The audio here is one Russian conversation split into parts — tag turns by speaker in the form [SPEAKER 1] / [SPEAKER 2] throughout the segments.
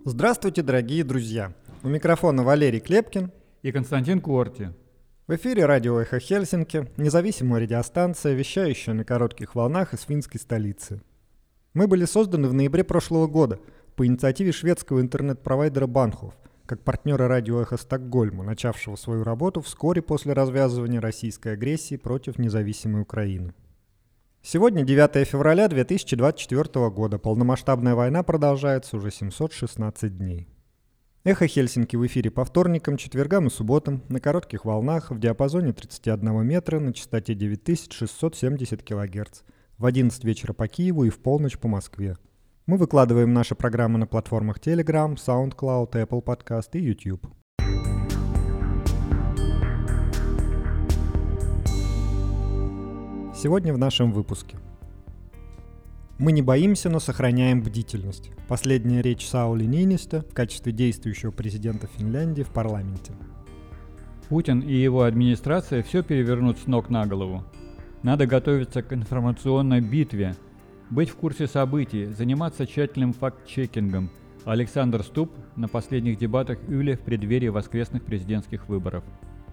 [SPEAKER 1] Здравствуйте, дорогие друзья! У микрофона Валерий Клепкин
[SPEAKER 2] и Константин Корти.
[SPEAKER 1] В эфире радио «Эхо Хельсинки», независимая радиостанция, вещающая на коротких волнах из финской столицы. Мы были созданы в ноябре прошлого года по инициативе шведского интернет-провайдера Банхоф, как партнера радио «Эхо Стокгольма», начавшего свою работу вскоре после развязывания российской агрессии против независимой Украины. Сегодня 9 февраля 2024 года. Полномасштабная война продолжается уже 716 дней. Эхо Хельсинки в эфире по вторникам, четвергам и субботам на коротких волнах в диапазоне 31 метра на частоте 9670 кГц, в 11 вечера по Киеву и в полночь по Москве. Мы выкладываем наши программы на платформах Telegram, SoundCloud, Apple Podcast и YouTube. Сегодня в нашем выпуске. Мы не боимся, но сохраняем бдительность. Последняя речь Саули Ниинистö в качестве действующего президента Финляндии в парламенте.
[SPEAKER 2] Путин и его администрация все перевернут с ног на голову. Надо готовиться к информационной битве, быть в курсе событий, заниматься тщательным факт-чекингом. Александр Стуб на последних дебатах Yle в преддверии воскресных президентских выборов.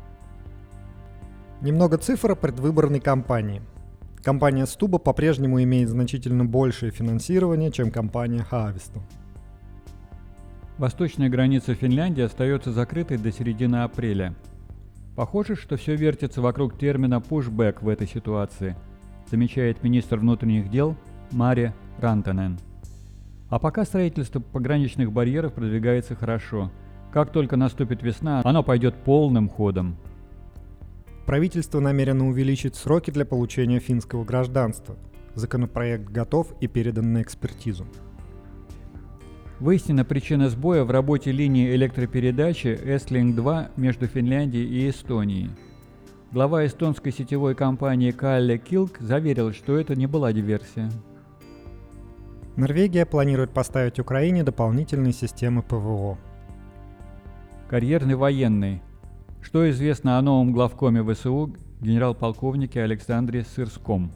[SPEAKER 1] Немного цифр о предвыборной кампании. Компания Стуба по-прежнему имеет значительно большее финансирование, чем компания Haavisto.
[SPEAKER 2] Восточная граница Финляндии остается закрытой до середины апреля. Похоже, что все вертится вокруг термина «pushback» в этой ситуации, замечает министр внутренних дел Мари Рантанен. А пока строительство пограничных барьеров продвигается хорошо. Как только наступит весна, оно пойдет полным ходом.
[SPEAKER 1] Правительство намерено увеличить сроки для получения финского гражданства. Законопроект готов и передан на экспертизу.
[SPEAKER 2] Выяснена причина сбоя в работе линии электропередачи EstLink-2 между Финляндией и Эстонией. Глава эстонской сетевой компании Калле Килк заверил, что это не была диверсия.
[SPEAKER 1] Норвегия планирует поставить Украине дополнительные системы ПВО.
[SPEAKER 2] Карьерный военный. Что известно о новом главкоме ВСУ генерал-полковнике Александре Сырском?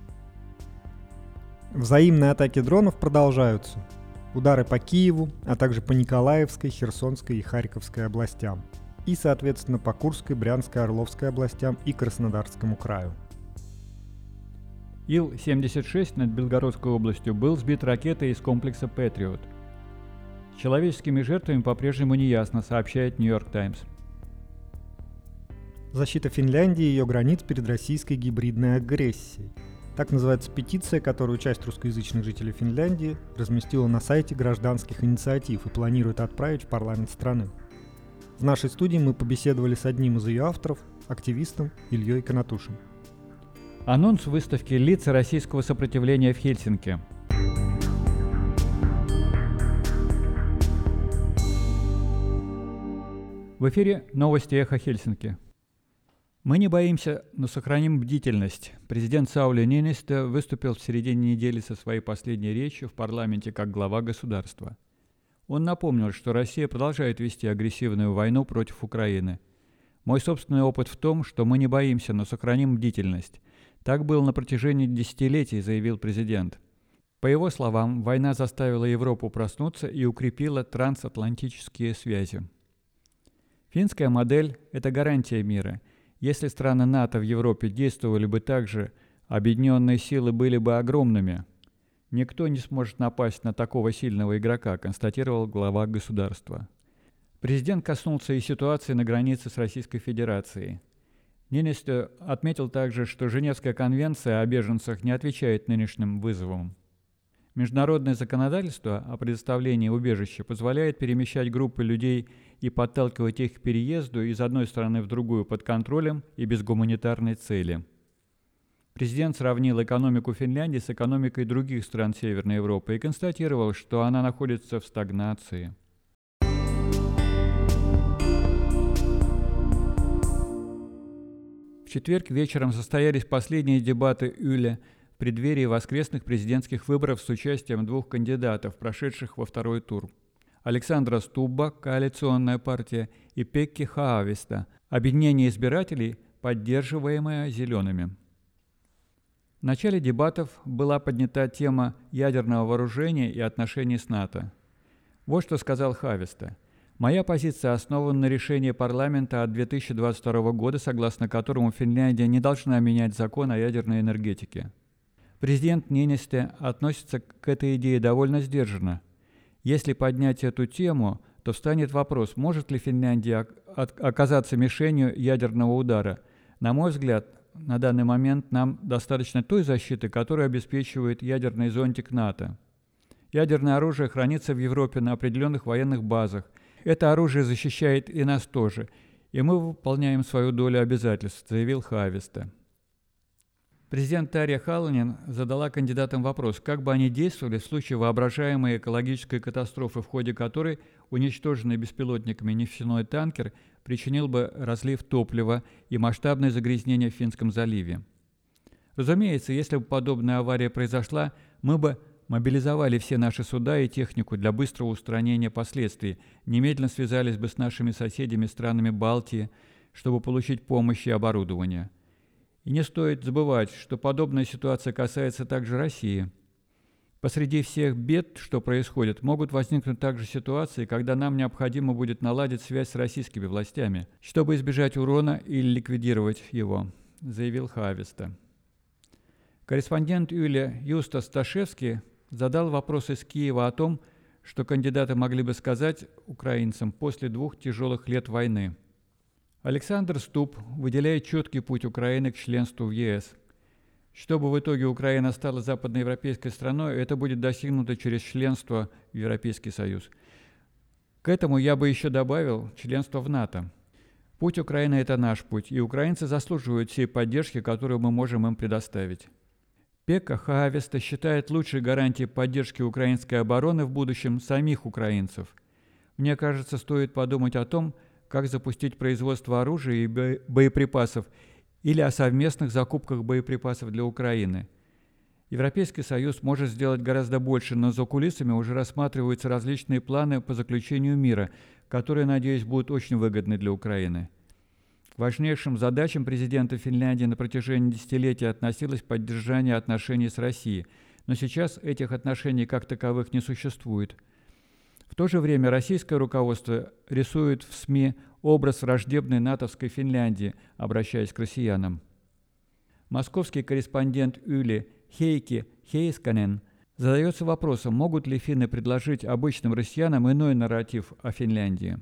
[SPEAKER 1] Взаимные атаки дронов продолжаются. Удары по Киеву, а также по Николаевской, Херсонской и Харьковской областям. И, соответственно, по Курской, Брянской, Орловской областям и Краснодарскому краю.
[SPEAKER 2] Ил-76 над Белгородской областью был сбит ракетой из комплекса «Патриот». С человеческими жертвами по-прежнему не ясно, сообщает «Нью-Йорк Таймс».
[SPEAKER 1] Защита Финляндии и ее границ перед российской гибридной агрессией. Так называется петиция, которую часть русскоязычных жителей Финляндии разместила на сайте гражданских инициатив и планирует отправить в парламент страны. В нашей студии мы побеседовали с одним из ее авторов, активистом Ильей Конатушем.
[SPEAKER 2] Анонс выставки «Лица российского сопротивления» в Хельсинки. В эфире новости «Эхо Хельсинки». Мы не боимся, но сохраним бдительность. Президент Саули Ниинистö выступил в середине недели со своей последней речью в парламенте как глава государства. Он напомнил, что Россия продолжает вести агрессивную войну против Украины. Мой собственный опыт в том, что мы не боимся, но сохраним бдительность. Так было на протяжении десятилетий, заявил президент. По его словам, война заставила Европу проснуться и укрепила трансатлантические связи. Финская модель – это гарантия мира. Если страны НАТО в Европе действовали бы так же, объединенные силы были бы огромными. Никто не сможет напасть на такого сильного игрока, констатировал глава государства. Президент коснулся и ситуации на границе с Российской Федерацией. Ниинистö отметил также, что Женевская конвенция о беженцах не отвечает нынешним вызовам. Международное законодательство о предоставлении убежища позволяет перемещать группы людей и подталкивать их к переезду из одной страны в другую под контролем и без гуманитарной цели. Президент сравнил экономику Финляндии с экономикой других стран Северной Европы и констатировал, что она находится в стагнации. В четверг вечером состоялись последние дебаты Yle в преддверии воскресных президентских выборов с участием двух кандидатов, прошедших во второй тур. Александра Стубба, коалиционная партия, и Пекки Haavisto, объединение избирателей, поддерживаемое «зелеными». В начале дебатов была поднята тема ядерного вооружения и отношений с НАТО. Вот что сказал Хависта. «Моя позиция основана на решении парламента от 2022 года, согласно которому Финляндия не должна менять закон о ядерной энергетике. Президент Нинисте относится к этой идее довольно сдержанно. Если поднять эту тему, то встанет вопрос, может ли Финляндия оказаться мишенью ядерного удара. На мой взгляд, на данный момент нам достаточно той защиты, которую обеспечивает ядерный зонтик НАТО. Ядерное оружие хранится в Европе на определенных военных базах. Это оружие защищает и нас тоже, и мы выполняем свою долю обязательств», заявил Хависта. Президент Тарja Halonen задала кандидатам вопрос, как бы они действовали в случае воображаемой экологической катастрофы, в ходе которой уничтоженный беспилотниками нефтяной танкер причинил бы разлив топлива и масштабное загрязнение в Финском заливе. Разумеется, если бы подобная авария произошла, мы бы мобилизовали все наши суда и технику для быстрого устранения последствий, немедленно связались бы с нашими соседями странами Балтии, чтобы получить помощь и оборудование. И не стоит забывать, что подобная ситуация касается также России. Посреди всех бед, что происходит, могут возникнуть также ситуации, когда нам необходимо будет наладить связь с российскими властями, чтобы избежать урона или ликвидировать его, заявил Хависта. Корреспондент Юлия Юста Сташевский задал вопрос из Киева о том, что кандидаты могли бы сказать украинцам после 2 тяжелых лет войны. Александр Стуб выделяет четкий путь Украины к членству в ЕС. Чтобы в итоге Украина стала западноевропейской страной, это будет достигнуто через членство в Европейский Союз. К этому я бы еще добавил членство в НАТО. Путь Украины – это наш путь, и украинцы заслуживают всей поддержки, которую мы можем им предоставить. Пекка Хависта считает лучшей гарантией поддержки украинской обороны в будущем самих украинцев. Мне кажется, стоит подумать о том, как запустить производство оружия и боеприпасов или о совместных закупках боеприпасов для Украины. Европейский Союз может сделать гораздо больше, но за кулисами уже рассматриваются различные планы по заключению мира, которые, надеюсь, будут очень выгодны для Украины. К важнейшим задачам президента Финляндии на протяжении десятилетий относилось поддержание отношений с Россией, но сейчас этих отношений как таковых не существует. В то же время российское руководство рисует в СМИ образ враждебной натовской Финляндии, обращаясь к россиянам. Московский корреспондент Юли Хейки Хейсканен задается вопросом, могут ли финны предложить обычным россиянам иной нарратив о Финляндии.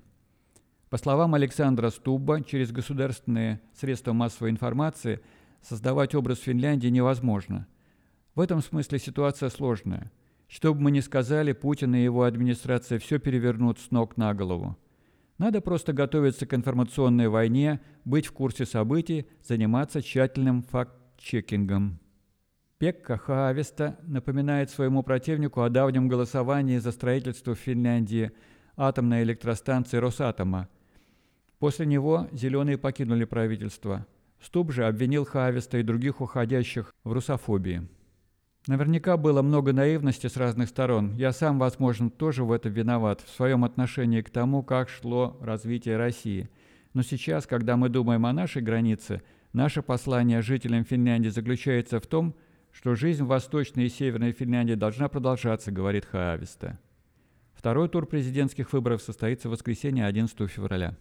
[SPEAKER 2] По словам Александра Стубба, через государственные средства массовой информации создавать образ Финляндии невозможно. В этом смысле ситуация сложная. Что бы мы ни сказали, Путин и его администрация все перевернут с ног на голову. Надо просто готовиться к информационной войне, быть в курсе событий, заниматься тщательным факт-чекингом. Пекка Хависта напоминает своему противнику о давнем голосовании за строительство в Финляндии атомной электростанции Росатома. После него «зеленые» покинули правительство. Стуб же обвинил Хависта и других уходящих в русофобии. Наверняка было много наивности с разных сторон. Я сам, возможно, тоже в этом виноват, в своем отношении к тому, как шло развитие России. Но сейчас, когда мы думаем о нашей границе, наше послание жителям Финляндии заключается в том, что жизнь в Восточной и Северной Финляндии должна продолжаться, говорит Хависта. Второй тур президентских выборов состоится в воскресенье 11 февраля.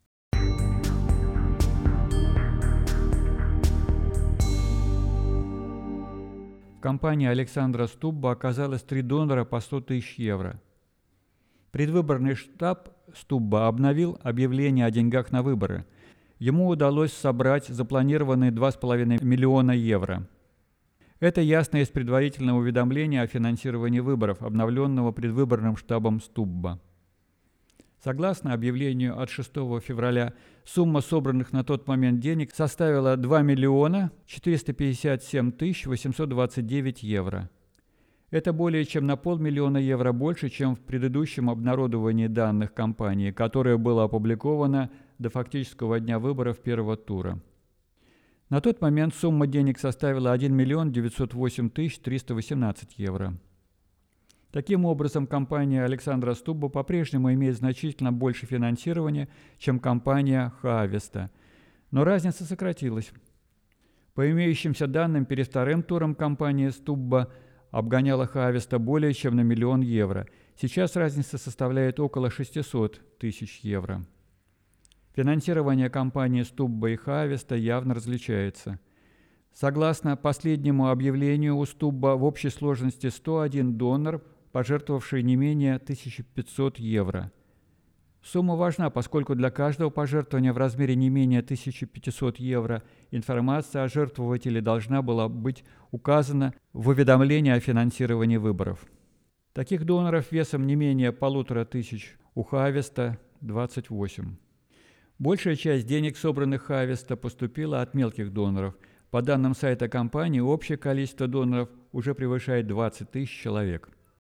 [SPEAKER 2] В кампании Александра Стубба оказалось 3 донора по 100 тысяч евро. Предвыборный штаб Стубба обновил объявление о деньгах на выборы. Ему удалось собрать запланированные 2,5 миллиона евро. Это ясно из предварительного уведомления о финансировании выборов, обновленного предвыборным штабом Стубба. Согласно объявлению от 6 февраля, сумма собранных на тот момент денег составила 2 миллиона 457 тысяч 829 евро. Это более чем на 500 000 евро больше, чем в предыдущем обнародовании данных кампании, которое было опубликовано до фактического дня выборов первого тура. На тот момент сумма денег составила 1 миллион 908 тысяч 318 евро. Таким образом, кампания Александра Стубба по-прежнему имеет значительно больше финансирования, чем кампания Хависта. Но разница сократилась. По имеющимся данным, перед вторым туром кампания Стубба обгоняла Хависта более чем на 1 000 000 евро. Сейчас разница составляет около 600 тысяч евро. Финансирование компании Стубба и Хавеста явно различается. Согласно последнему объявлению, у Стубба в общей сложности 101 донор, пожертвовавший не менее 1500 евро. Сумма важна, поскольку для каждого пожертвования в размере не менее 1500 евро информация о жертвователе должна была быть указана в уведомлении о финансировании выборов. Таких доноров весом не менее 1500 у Хавеста 28. Большая часть денег, собранных Хавеста, поступила от мелких доноров. По данным сайта компании, общее количество доноров уже превышает 20 тысяч человек.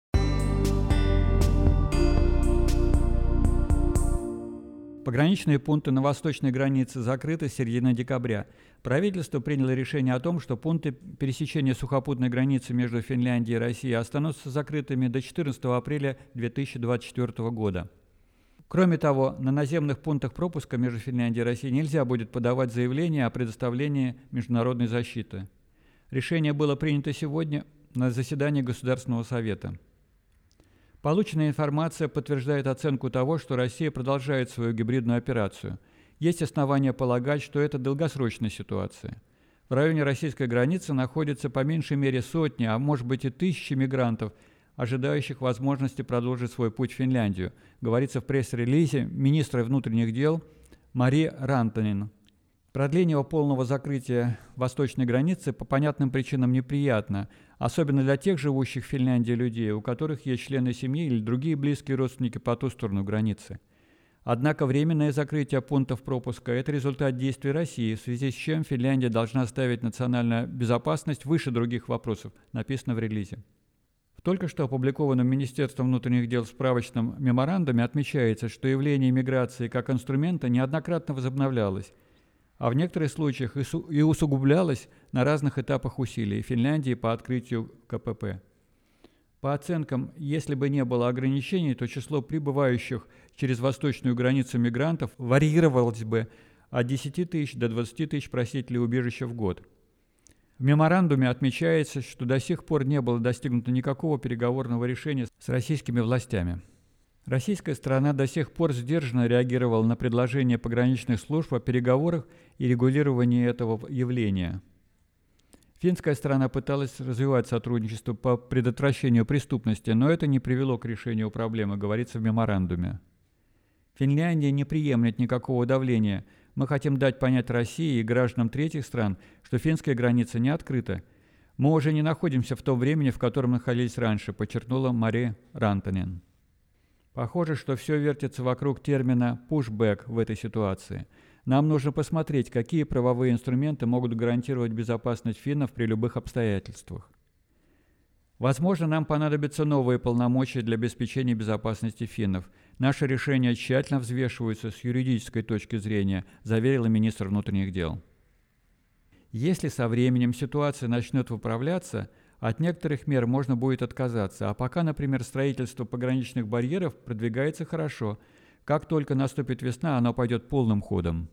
[SPEAKER 2] Пограничные пункты на восточной границе закрыты с середины декабря. Правительство приняло решение о том, что пункты пересечения сухопутной границы между Финляндией и Россией останутся закрытыми до 14 апреля 2024 года. Кроме того, на наземных пунктах пропуска между Финляндией и Россией нельзя будет подавать заявление о предоставлении международной защиты. Решение было принято сегодня на заседании Государственного совета. Полученная информация подтверждает оценку того, что Россия продолжает свою гибридную операцию. Есть основания полагать, что это долгосрочная ситуация. В районе российской границы находится по меньшей мере сотни, а может быть и тысячи мигрантов, ожидающих возможности продолжить свой путь в Финляндию, говорится в пресс-релизе министра внутренних дел Мари Рантанен. Продление полного закрытия восточной границы по понятным причинам неприятно, особенно для тех живущих в Финляндии людей, у которых есть члены семьи или другие близкие родственники по ту сторону границы. Однако временное закрытие пунктов пропуска – это результат действий России, в связи с чем Финляндия должна ставить национальную безопасность выше других вопросов, написано в релизе. В только что опубликованном Министерством внутренних дел справочном меморандуме отмечается, что явление миграции как инструмента неоднократно возобновлялось, а в некоторых случаях и усугублялось на разных этапах усилий Финляндии по открытию КПП. По оценкам, если бы не было ограничений, то число прибывающих через восточную границу мигрантов варьировалось бы от 10 тысяч до 20 тысяч просителей убежища в год. В меморандуме отмечается, что до сих пор не было достигнуто никакого переговорного решения с российскими властями. Российская сторона до сих пор сдержанно реагировала на предложения пограничных служб о переговорах и регулировании этого явления. Финская сторона пыталась развивать сотрудничество по предотвращению преступности, но это не привело к решению проблемы, говорится в меморандуме. Финляндия не приемлет никакого давления. Мы хотим дать понять России и гражданам третьих стран, что финская граница не открыта. Мы уже не находимся в том времени, в котором находились раньше, подчеркнула Мари Рантанен. Похоже, что все вертится вокруг термина «pushback» в этой ситуации. Нам нужно посмотреть, какие правовые инструменты могут гарантировать безопасность финнов при любых обстоятельствах. Возможно, нам понадобятся новые полномочия для обеспечения безопасности финнов. Наши решения тщательно взвешиваются с юридической точки зрения, заверила министр внутренних дел. Если со временем ситуация начнет выправляться, от некоторых мер можно будет отказаться, а пока, например, строительство пограничных барьеров продвигается хорошо. Как только наступит весна, оно пойдет полным ходом.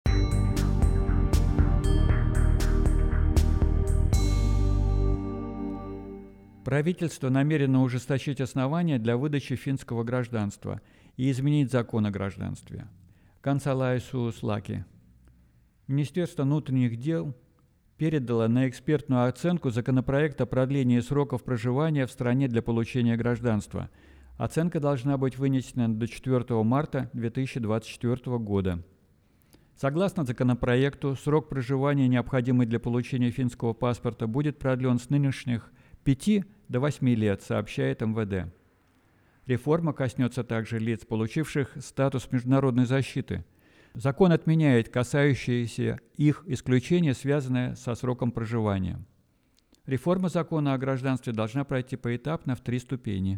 [SPEAKER 2] Правительство намерено ужесточить основания для выдачи финского гражданства и изменить закон о гражданстве. Канцалайсус Лаки. Министерство внутренних дел передало на экспертную оценку законопроект о продлении сроков проживания в стране для получения гражданства. Оценка должна быть вынесена до 4 марта 2024 года. Согласно законопроекту, срок проживания, необходимый для получения финского паспорта, будет продлен с нынешних 5 до 8 лет, сообщает МВД. Реформа коснется также лиц, получивших статус международной защиты. Закон отменяет касающиеся их исключения, связанные со сроком проживания. Реформа закона о гражданстве должна пройти поэтапно в 3 ступени.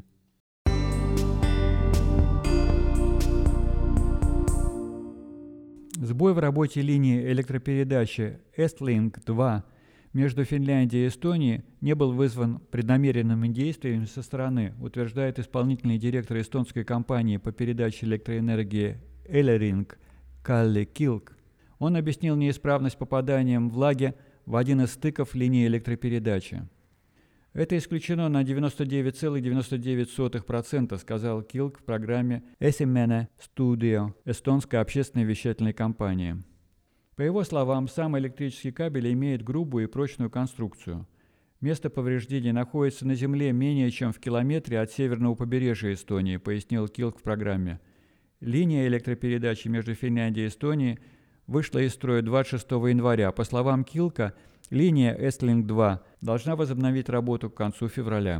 [SPEAKER 2] Сбой в работе линии электропередачи Estlink-2 между Финляндией и Эстонией не был вызван преднамеренными действиями со стороны, утверждает исполнительный директор эстонской компании по передаче электроэнергии Elering Kalle Kilk. Он объяснил неисправность попаданием влаги в один из стыков линии электропередачи. Это исключено на 99,99%, сказал Килк в программе Esimene Studio эстонской общественной вещательной компании. По его словам, сам электрический кабель имеет грубую и прочную конструкцию. Место повреждения находится на земле менее чем в километре от северного побережья Эстонии, пояснил Килк в программе. Линия электропередачи между Финляндией и Эстонией вышла из строя 26 января. По словам Килка, линия Estlink-2 должна возобновить работу к концу февраля.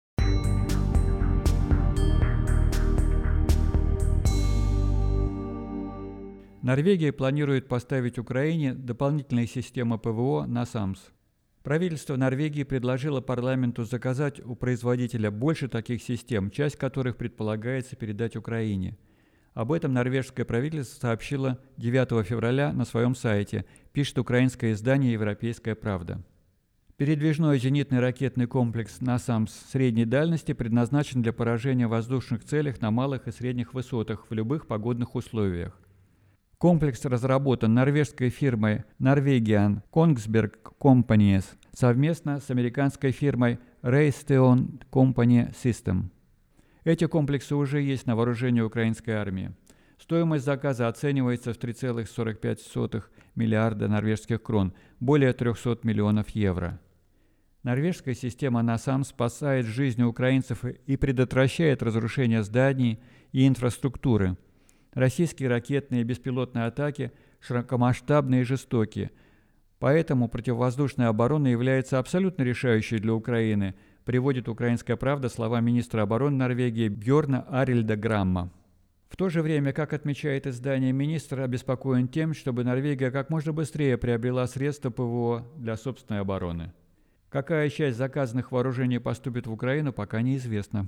[SPEAKER 2] Норвегия планирует поставить Украине дополнительные системы ПВО NASAMS. Правительство Норвегии предложило парламенту заказать у производителя больше таких систем, часть которых предполагается передать Украине. Об этом норвежское правительство сообщило 9 февраля на своем сайте, пишет украинское издание «Европейская правда». Передвижной зенитный ракетный комплекс NASAMS средней дальности предназначен для поражения в воздушных целях на малых и средних высотах в любых погодных условиях. Комплекс разработан норвежской фирмой Norwegian Kongsberg Companies совместно с американской фирмой Raytheon Company System. Эти комплексы уже есть на вооружении украинской армии. Стоимость заказа оценивается в 3,45 миллиарда норвежских крон, более 300 миллионов евро. Норвежская система NASAMS спасает жизни украинцев и предотвращает разрушение зданий и инфраструктуры. Российские ракетные и беспилотные атаки широкомасштабные и жестокие. Поэтому противовоздушная оборона является абсолютно решающей для Украины, приводит «Украинская правда» слова министра обороны Норвегии Бьорна Арильда Грамма. В то же время, как отмечает издание, министр обеспокоен тем, чтобы Норвегия как можно быстрее приобрела средства ПВО для собственной обороны. Какая часть заказанных вооружений поступит в Украину, пока неизвестно.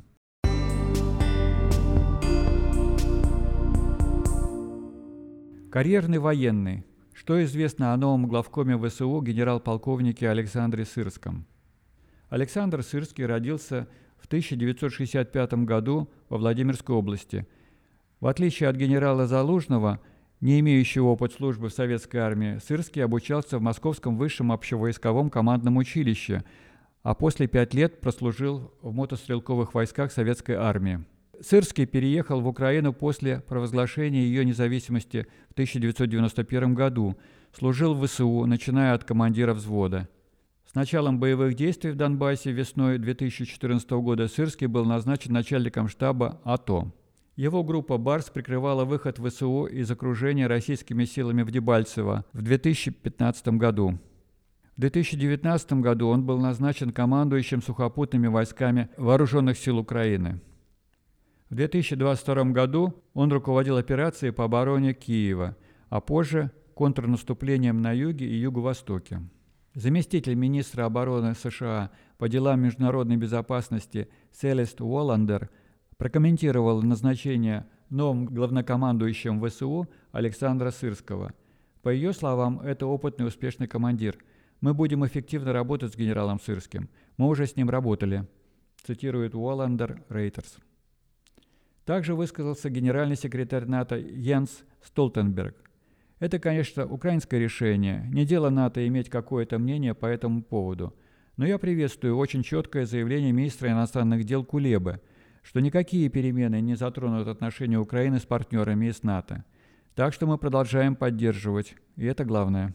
[SPEAKER 2] Карьерный военный. Что известно о новом главкоме ВСУ генерал-полковнике Александре Сырском? Александр Сырский родился в 1965 году во Владимирской области. В отличие от генерала Залужного, не имеющего опыт службы в советской армии, Сырский обучался в Московском высшем общевойсковом командном училище, а после 5 лет прослужил в мотострелковых войсках советской армии. Сырский переехал в Украину после провозглашения ее независимости в 1991 году, служил в ВСУ, начиная от командира взвода. С началом боевых действий в Донбассе весной 2014 года Сырский был назначен начальником штаба АТО. Его группа «Барс» прикрывала выход ВСУ из окружения российскими силами в Дебальцево в 2015 году. В 2019 году он был назначен командующим сухопутными войсками Вооруженных сил Украины. В 2022 году он руководил операцией по обороне Киева, а позже контрнаступлением на юге и юго-востоке. Заместитель министра обороны США по делам международной безопасности Селест Уолландер прокомментировал назначение новым главнокомандующим ВСУ Александра Сырского. По ее словам, это опытный и успешный командир. «Мы будем эффективно работать с генералом Сырским. Мы уже с ним работали», цитирует Уолландер Рейтерс. Также высказался генеральный секретарь НАТО Йенс Столтенберг. Это, конечно, украинское решение. Не дело НАТО иметь какое-то мнение по этому поводу. Но я приветствую очень четкое заявление министра иностранных дел Кулебы, что никакие перемены не затронут отношения Украины с партнерами из НАТО. Так что мы продолжаем поддерживать, и это главное.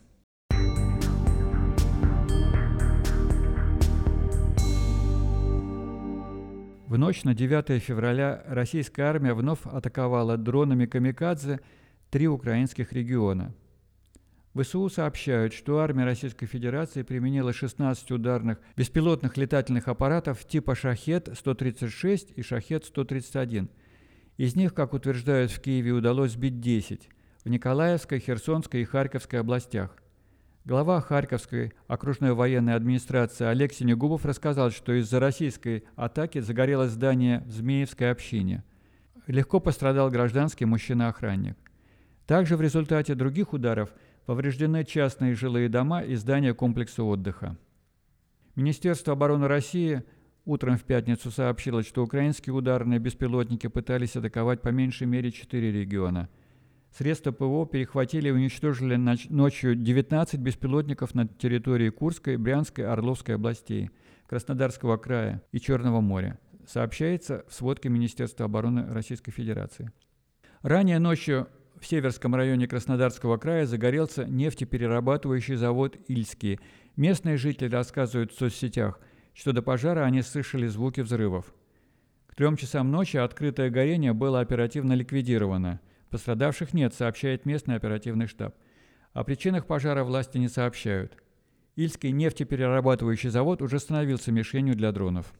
[SPEAKER 2] В ночь на 9 февраля российская армия вновь атаковала дронами «Камикадзе» 3 украинских региона. ВСУ сообщают, что армия Российской Федерации применила 16 ударных беспилотных летательных аппаратов типа «Шахед-136» и «Шахед-131». Из них, как утверждают в Киеве, удалось сбить 10 в Николаевской, Херсонской и Харьковской областях. Глава Харьковской окружной военной администрации Олег Синегубов рассказал, что из-за российской атаки загорелось здание в Змеевской общине. Легко пострадал гражданский мужчина-охранник. Также в результате других ударов повреждены частные жилые дома и здания комплекса отдыха. Министерство обороны России утром в пятницу сообщило, что украинские ударные беспилотники пытались атаковать по меньшей мере 4 региона. Средства ПВО перехватили и уничтожили ночью 19 беспилотников на территории Курской, Брянской, Орловской областей. Краснодарского края и Черного моря, сообщается в сводке Министерства обороны Российской Федерации. Ранее ночью в Северском районе Краснодарского края загорелся нефтеперерабатывающий завод «Ильский». Местные жители рассказывают в соцсетях, что до пожара они слышали звуки взрывов. К 3 часам ночи открытое горение было оперативно ликвидировано. Пострадавших нет, сообщает местный оперативный штаб. О причинах пожара власти не сообщают. Ильский нефтеперерабатывающий завод уже становился мишенью для дронов.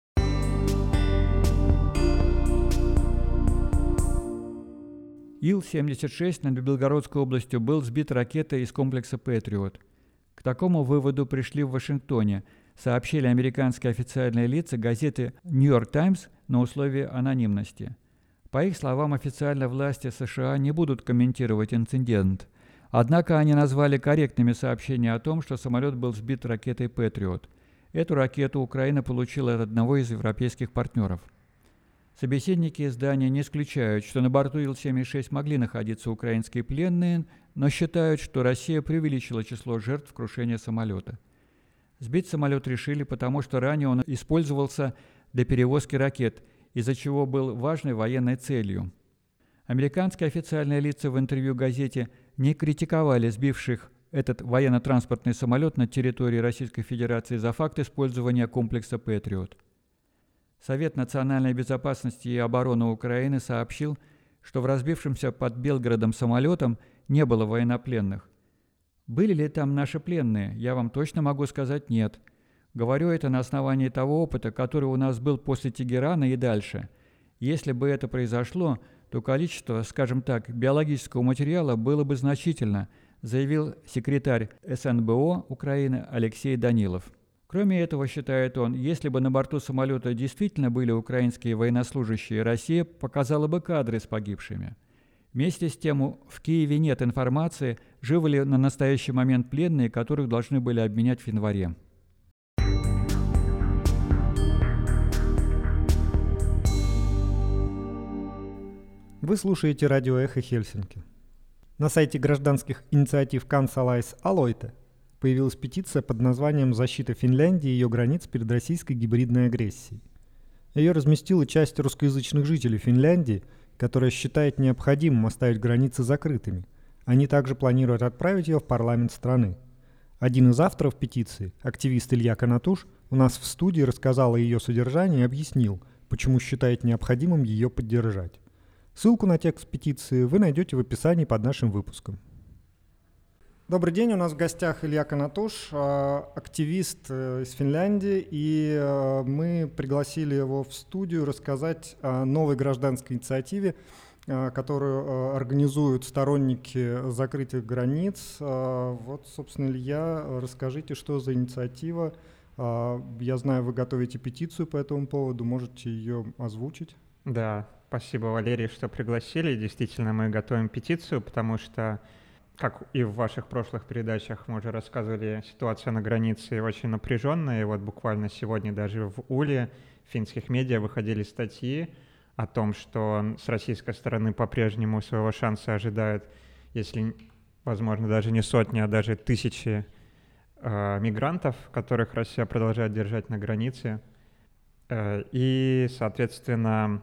[SPEAKER 2] Ил-76 над Белгородской областью был сбит ракетой из комплекса «Патриот». К такому выводу пришли в Вашингтоне, сообщили американские официальные лица газеты «Нью-Йорк Таймс» на условии анонимности. По их словам, официально власти США не будут комментировать инцидент. Однако они назвали корректными сообщения о том, что самолет был сбит ракетой «Патриот». Эту ракету Украина получила от одного из европейских партнеров. Собеседники издания не исключают, что на борту Ил-76 могли находиться украинские пленные, но считают, что Россия преувеличила число жертв крушения самолета. Сбить самолет решили, потому что ранее он использовался для перевозки ракет, из-за чего был важной военной целью. Американские официальные лица в интервью газете не критиковали сбивших этот военно-транспортный самолет на территории Российской Федерации за факт использования комплекса «Патриот». Совет национальной безопасности и обороны Украины сообщил, что в разбившемся под Белгородом самолетом не было военнопленных. Были ли там наши пленные? Я вам точно могу сказать нет. Говорю это на основании того опыта, который у нас был после Тегерана и дальше. Если бы это произошло, то количество, скажем так, биологического материала было бы значительно, заявил секретарь СНБО Украины Алексей Данилов. Кроме этого, считает он, если бы на борту самолета действительно были украинские военнослужащие, Россия показала бы кадры с погибшими. Вместе с тем, в Киеве нет информации, живы ли на настоящий момент пленные, которых должны были обменять в январе.
[SPEAKER 1] Вы слушаете радио «Эхо Хельсинки». На сайте гражданских инициатив Канцалайс Алойте появилась петиция под названием «Защита Финляндии и ее границ перед российской гибридной агрессией». Ее разместила часть русскоязычных жителей Финляндии, которая считает необходимым оставить границы закрытыми. Они также планируют отправить ее в парламент страны. Один из авторов петиции, активист Илья Канатуш, у нас в студии рассказал о ее содержании и объяснил, почему считает необходимым ее поддержать. Ссылку на текст петиции вы найдете в описании под нашим выпуском. Добрый день, у нас в гостях Илья Канатуш, активист из Финляндии, и мы пригласили его в студию рассказать о новой гражданской инициативе, которую организуют сторонники закрытых границ. Вот, собственно, Илья, расскажите, что за инициатива. Я знаю, вы готовите петицию по этому поводу, можете ее озвучить?
[SPEAKER 3] Да, спасибо, Валерий, что пригласили. Действительно, мы готовим петицию, потому что, как и в ваших прошлых передачах мы уже рассказывали, ситуация на границе очень напряженная. И вот буквально сегодня даже в Уле в финских медиа выходили статьи о том, что с российской стороны по-прежнему своего шанса ожидают, если, возможно, даже не сотни, а даже тысячи мигрантов, которых Россия продолжает держать на границе. И, соответственно,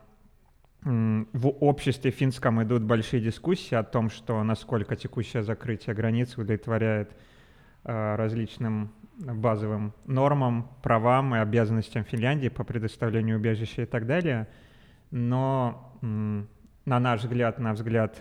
[SPEAKER 3] в обществе финском идут большие дискуссии о том, что насколько текущее закрытие границ удовлетворяет различным базовым нормам, правам и обязанностям Финляндии по предоставлению убежища и так далее. Но на наш взгляд, на взгляд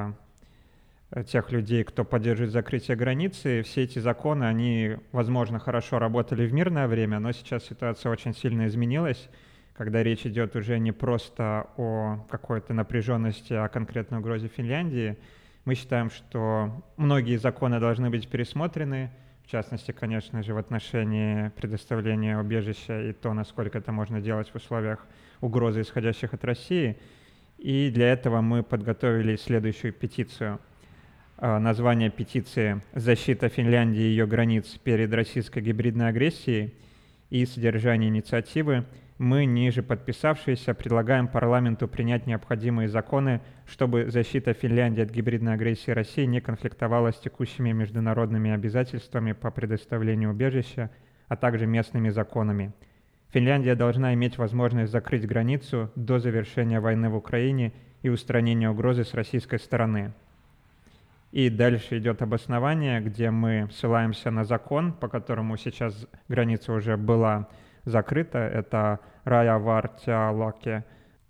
[SPEAKER 3] тех людей, кто поддерживает закрытие границы, все эти законы, они, возможно, хорошо работали в мирное время, но сейчас ситуация очень сильно изменилась, когда речь идет уже не просто о какой-то напряженности, а о конкретной угрозе Финляндии. Мы считаем, что многие законы должны быть пересмотрены, в частности, конечно же, в отношении предоставления убежища и то, насколько это можно делать в условиях угрозы, исходящих от России. И для этого мы подготовили следующую петицию. Название петиции «Защита Финляндии и ее границ перед российской гибридной агрессией» и содержание инициативы. Мы, ниже подписавшиеся, предлагаем парламенту принять необходимые законы, чтобы защита Финляндии от гибридной агрессии России не конфликтовала с текущими международными обязательствами по предоставлению убежища, а также местными законами. Финляндия должна иметь возможность закрыть границу до завершения войны в Украине и устранения угрозы с российской стороны. И дальше идет обоснование, где мы ссылаемся на закон, по которому сейчас граница уже была закрыта. Это Раявартиалаки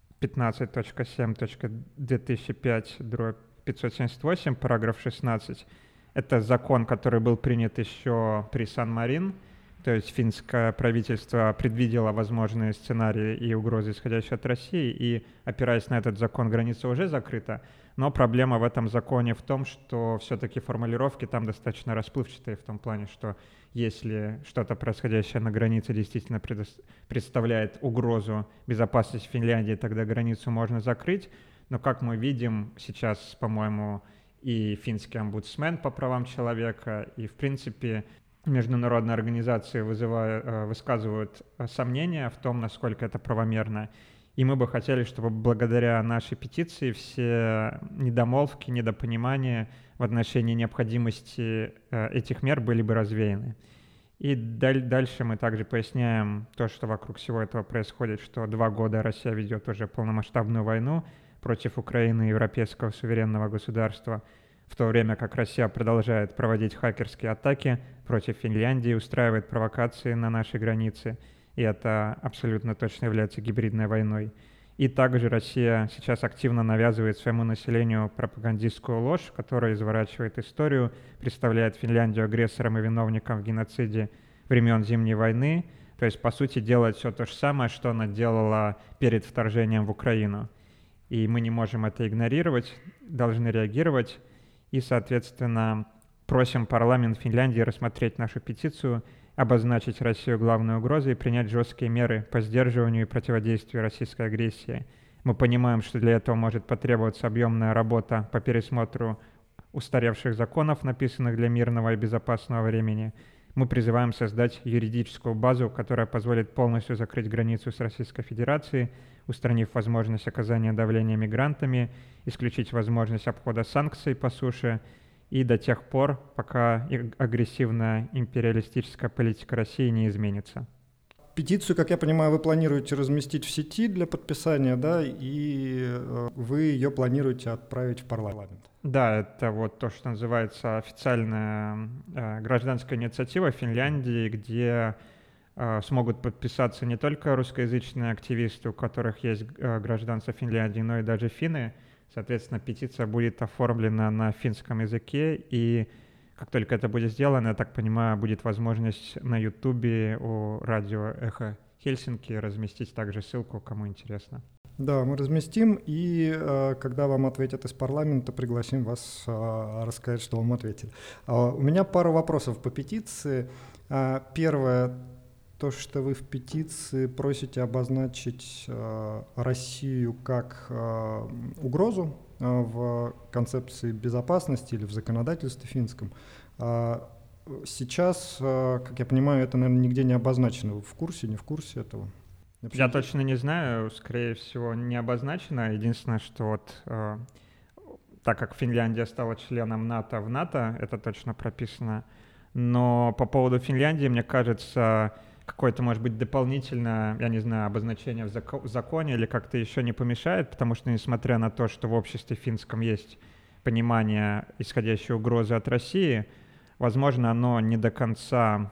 [SPEAKER 3] 15.7.2005/578, параграф 16. Это закон, который был принят еще при Сан-Марин, то есть финское правительство предвидело возможные сценарии и угрозы, исходящие от России, и, опираясь на этот закон, граница уже закрыта. Но проблема в этом законе в том, что все-таки формулировки там достаточно расплывчатые в том плане, что если что-то происходящее на границе действительно представляет угрозу безопасности Финляндии, тогда границу можно закрыть. Но, как мы видим, сейчас, по-моему, и финский омбудсмен по правам человека, и, в принципе, международные организации высказывают сомнения в том, насколько это правомерно. И мы бы хотели, чтобы благодаря нашей петиции все недомолвки, недопонимания в отношении необходимости этих мер были бы развеяны. И дальше мы также поясняем то, что вокруг всего этого происходит, что 2 года Россия ведет уже полномасштабную войну против Украины и европейского суверенного государства, в то время как Россия продолжает проводить хакерские атаки против Финляндии, устраивает провокации на нашей границе, и это абсолютно точно является гибридной войной. И также Россия сейчас активно навязывает своему населению пропагандистскую ложь, которая изворачивает историю, представляет Финляндию агрессором и виновником в геноциде времен Зимней войны, то есть, по сути, делает все то же самое, что она делала перед вторжением в Украину. И мы не можем это игнорировать, должны реагировать. И, соответственно, просим парламент Финляндии рассмотреть нашу петицию, обозначить Россию главной угрозой и принять жесткие меры по сдерживанию и противодействию российской агрессии. Мы понимаем, что для этого может потребоваться объемная работа по пересмотру устаревших законов, написанных для мирного и безопасного времени. Мы призываем создать юридическую базу, которая позволит полностью закрыть границу с Российской Федерацией, устранив возможность оказания давления мигрантами, исключить возможность обхода санкций по суше и до тех пор, пока агрессивная империалистическая политика России не изменится.
[SPEAKER 1] Петицию, как я понимаю, вы планируете разместить в сети для подписания, да, и вы ее планируете отправить в парламент.
[SPEAKER 3] Да, это вот то, что называется официальная гражданская инициатива Финляндии, где смогут подписаться не только русскоязычные активисты, у которых есть гражданство Финляндии, но и даже финны. Соответственно, петиция будет оформлена на финском языке, и как только это будет сделано, я так понимаю, будет возможность на Ютубе у радио «Эхо Хельсинки» разместить также ссылку, кому интересно.
[SPEAKER 1] Да, мы разместим, и когда вам ответят из парламента, пригласим вас рассказать, что вам ответили. У меня пару вопросов по петиции. Первое. То, что вы в петиции просите обозначить Россию как угрозу в концепции безопасности или в законодательстве финском. Сейчас, как я понимаю, это, наверное, нигде не обозначено. Вы в курсе, не в курсе этого?
[SPEAKER 3] Я точно не знаю, скорее всего, не обозначено. Единственное, что вот так как Финляндия стала членом НАТО в НАТО, это точно прописано. Но по поводу Финляндии, мне кажется, какое-то, может быть, дополнительное, я не знаю, обозначение в законе или как-то еще не помешает, потому что, несмотря на то, что в обществе финском есть понимание исходящей угрозы от России, возможно, оно не до конца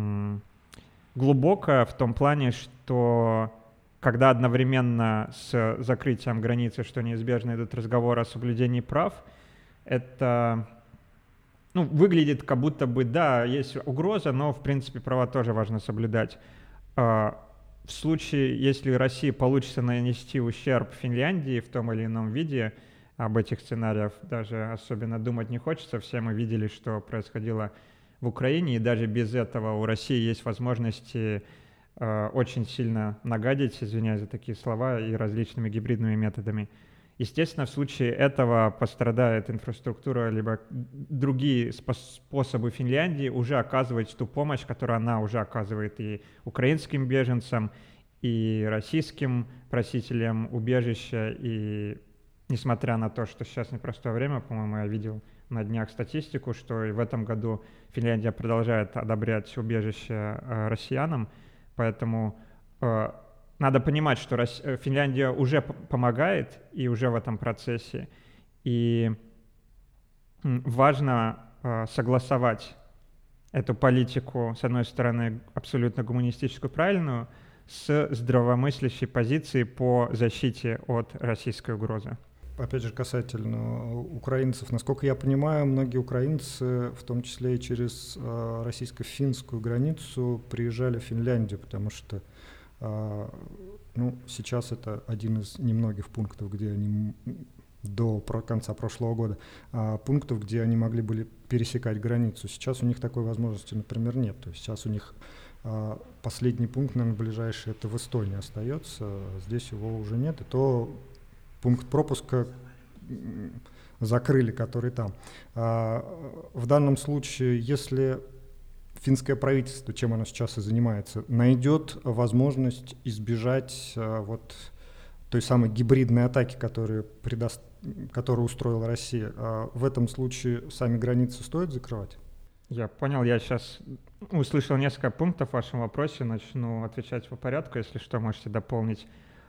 [SPEAKER 3] глубокое в том плане, что когда одновременно с закрытием границы, что неизбежно идут разговоры о соблюдении прав, это выглядит как будто бы, да, есть угроза, но, в принципе, права тоже важно соблюдать. В случае, если России получится нанести ущерб Финляндии в том или ином виде, об этих сценариях даже особенно думать не хочется. Все мы видели, что происходило в Украине, и даже без этого у России есть возможности очень сильно нагадить, извиняюсь за такие слова, и различными гибридными методами. Естественно, в случае этого пострадает инфраструктура, либо другие способы Финляндии уже оказывать ту помощь, которую она уже оказывает и украинским беженцам, и российским просителям убежища. И несмотря на то, что сейчас непростое время, по-моему, я видел на днях статистику, что и в этом году Финляндия продолжает одобрять убежище россиянам, поэтому надо понимать, что Финляндия уже помогает и уже в этом процессе, и важно согласовать эту политику, с одной стороны, абсолютно гуманистическую, правильную, с здравомыслящей позицией по защите от российской угрозы.
[SPEAKER 1] Опять же, касательно украинцев, насколько я понимаю, многие украинцы, в том числе и через российско-финскую границу, приезжали в Финляндию, потому что сейчас это один из немногих пунктов, где они до конца прошлого года, пунктов, где они могли были пересекать границу. Сейчас у них такой возможности, например, нет. То есть сейчас у них последний пункт, наверное, ближайший, это в Эстонии остается, здесь его уже нет, и то пункт пропуска закрыли, который там. В данном случае, если финское правительство, чем оно сейчас и занимается, найдет возможность избежать той самой гибридной атаки, которую устроила Россия, в этом случае сами границы стоит закрывать?
[SPEAKER 3] Я понял, я сейчас услышал несколько пунктов в вашем вопросе, начну отвечать по порядку, если что, можете дополнить.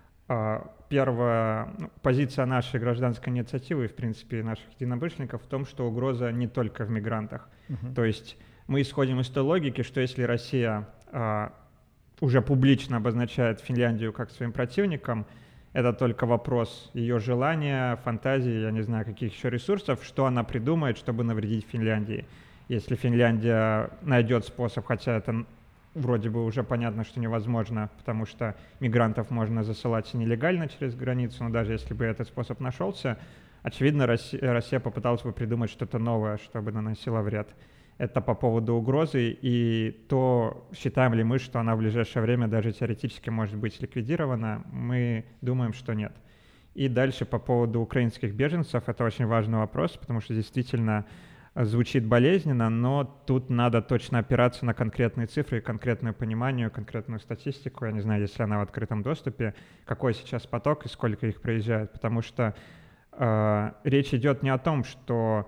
[SPEAKER 3] Первая позиция нашей гражданской инициативы, в принципе, наших единомышленников в том, что угроза не только в мигрантах. То есть мы исходим из той логики, что если Россия уже публично обозначает Финляндию как своим противником, это только вопрос ее желания, фантазии, я не знаю, каких еще ресурсов, что она придумает, чтобы навредить Финляндии. Если Финляндия найдет способ, хотя это вроде бы уже понятно, что невозможно, потому что мигрантов можно засылать нелегально через границу, но даже если бы этот способ нашелся, очевидно, Россия попыталась бы придумать что-то новое, чтобы наносило вред. Это по поводу угрозы, и то, считаем ли мы, что она в ближайшее время даже теоретически может быть ликвидирована, мы думаем, что нет. И дальше по поводу украинских беженцев, это очень важный вопрос, потому что действительно звучит болезненно, но тут надо точно опираться на конкретные цифры, конкретное понимание, конкретную статистику. Я не знаю, если она в открытом доступе, какой сейчас поток и сколько их проезжает, потому что речь идет не о том, что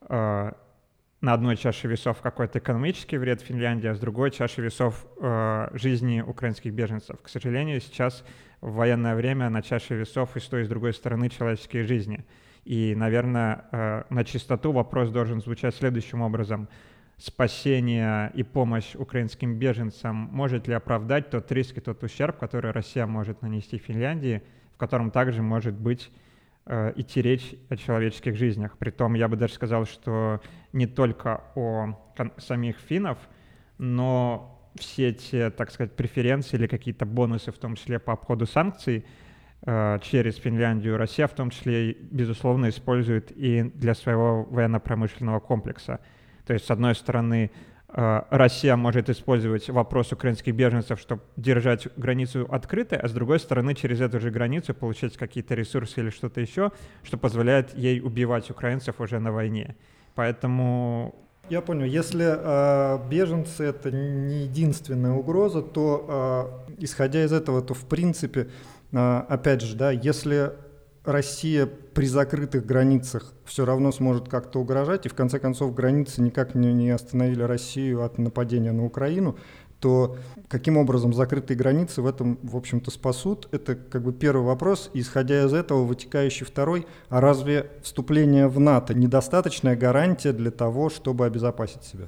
[SPEAKER 3] на одной чаше весов какой-то экономический вред Финляндии, а с другой чашей весов жизни украинских беженцев. К сожалению, сейчас в военное время на чаше весов и с той, и с другой стороны человеческие жизни. И, наверное, на чистоту вопрос должен звучать следующим образом. Спасение и помощь украинским беженцам может ли оправдать тот риск и тот ущерб, который Россия может нанести Финляндии, в котором также может быть идти речь о человеческих жизнях. Притом я бы даже сказал, что не только о самих финнов, но все те, так сказать, преференции или какие-то бонусы, в том числе по обходу санкций, через Финляндию Россия в том числе, безусловно, использует и для своего военно-промышленного комплекса. То есть, с одной стороны, Россия может использовать вопрос украинских беженцев, чтобы держать границу открытой, а с другой стороны, через эту же границу получать какие-то ресурсы или что-то еще, что позволяет ей убивать украинцев уже на войне. Поэтому...
[SPEAKER 1] Я понял. Если беженцы — это не единственная угроза, то, исходя из этого, то, в принципе, опять же, да, если Россия при закрытых границах все равно сможет как-то угрожать, и в конце концов границы никак не остановили Россию от нападения на Украину, то каким образом закрытые границы в этом, в общем-то, спасут? Это как бы первый вопрос. И, исходя из этого, вытекающий второй: а разве вступление в НАТО недостаточная гарантия для того, чтобы обезопасить себя?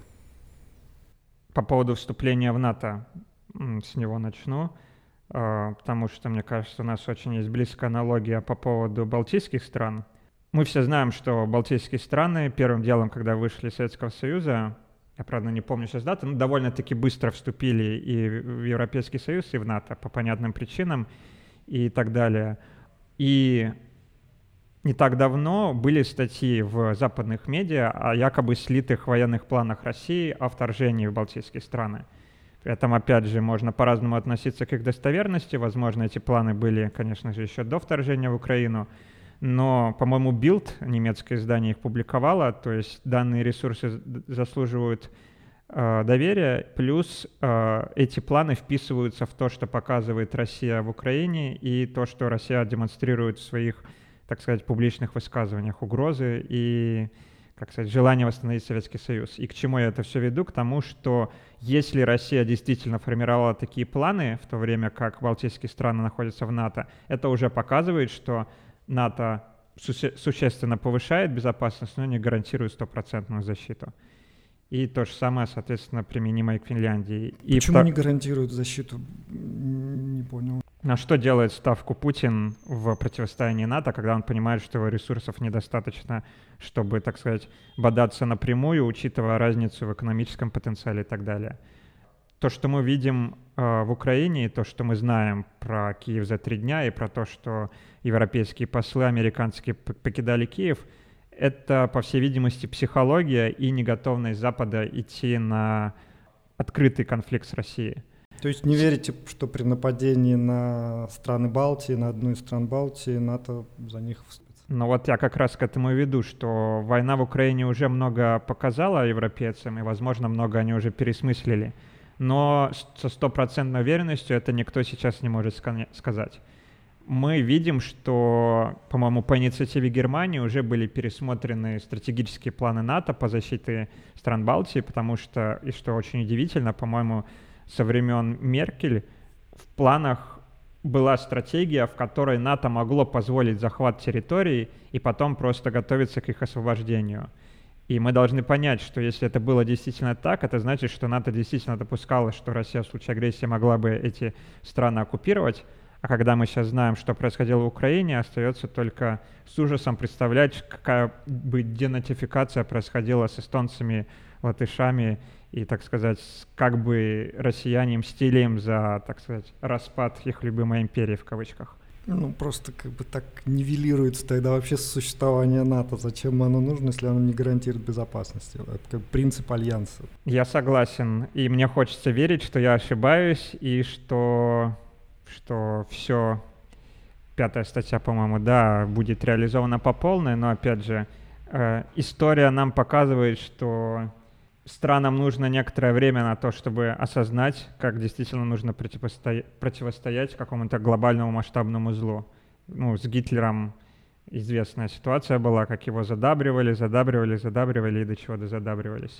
[SPEAKER 3] По поводу вступления в НАТО, с него начну. Потому что, мне кажется, у нас очень есть близкая аналогия по поводу балтийских стран. Мы все знаем, что балтийские страны первым делом, когда вышли из Советского Союза, я, правда, не помню сейчас даты, но довольно-таки быстро вступили и в Европейский Союз, и в НАТО по понятным причинам и так далее. И не так давно были статьи в западных медиа о якобы слитых военных планах России о вторжении в балтийские страны. При этом, опять же, можно по-разному относиться к их достоверности. Возможно, эти планы были, конечно же, еще до вторжения в Украину. Но, по-моему, Bild, немецкое издание, их публиковало. То есть данные ресурсы заслуживают доверия. Плюс эти планы вписываются в то, что показывает Россия в Украине, и то, что Россия демонстрирует в своих, так сказать, публичных высказываниях, угрозы и как сказать, желание восстановить Советский Союз. И к чему я это все веду? К тому, что если Россия действительно формировала такие планы, в то время как балтийские страны находятся в НАТО, это уже показывает, что НАТО существенно повышает безопасность, но не гарантирует стопроцентную защиту. И то же самое, соответственно, применимо и к Финляндии.
[SPEAKER 1] Почему не гарантирует защиту? Не понял.
[SPEAKER 3] На что делает ставку Путин в противостоянии НАТО, когда он понимает, что его ресурсов недостаточно, чтобы, так сказать, бодаться напрямую, учитывая разницу в экономическом потенциале и так далее. То, что мы видим в Украине, и то, что мы знаем про Киев за 3 дня, и про то, что европейские послы американские покидали Киев, это, по всей видимости, психология и неготовность Запада идти на открытый конфликт с Россией.
[SPEAKER 1] То есть не верите, что при нападении на страны Балтии, на одну из стран Балтии, НАТО за них вступит?
[SPEAKER 3] Ну вот я как раз к этому и веду, что война в Украине уже много показала европейцам, и, возможно, много они уже пересмыслили. Но со стопроцентной уверенностью это никто сейчас не может сказать. Мы видим, что, по-моему, по инициативе Германии уже были пересмотрены стратегические планы НАТО по защите стран Балтии, потому что, и что очень удивительно, по-моему, со времен Меркель в планах была стратегия, в которой НАТО могло позволить захват территорий и потом просто готовиться к их освобождению. И мы должны понять, что если это было действительно так, это значит, что НАТО действительно допускало, что Россия в случае агрессии могла бы эти страны оккупировать. А когда мы сейчас знаем, что происходило в Украине, остается только с ужасом представлять, какая бы денатификация происходила с эстонцами, латышами, и, так сказать, как бы россияне мстили им за, так сказать, распад их любимой империи в кавычках.
[SPEAKER 1] Ну, просто как бы так нивелируется тогда вообще существование НАТО. Зачем оно нужно, если оно не гарантирует безопасности? Это как принцип альянса.
[SPEAKER 3] Я согласен. И мне хочется верить, что я ошибаюсь, и что все, 5-я статья, по-моему, да, будет реализована по полной, но, опять же, история нам показывает, что странам нужно некоторое время на то, чтобы осознать, как действительно нужно противостоять какому-то глобальному масштабному злу. Ну, с Гитлером известная ситуация была, как его задабривали и до чего дозадабривались.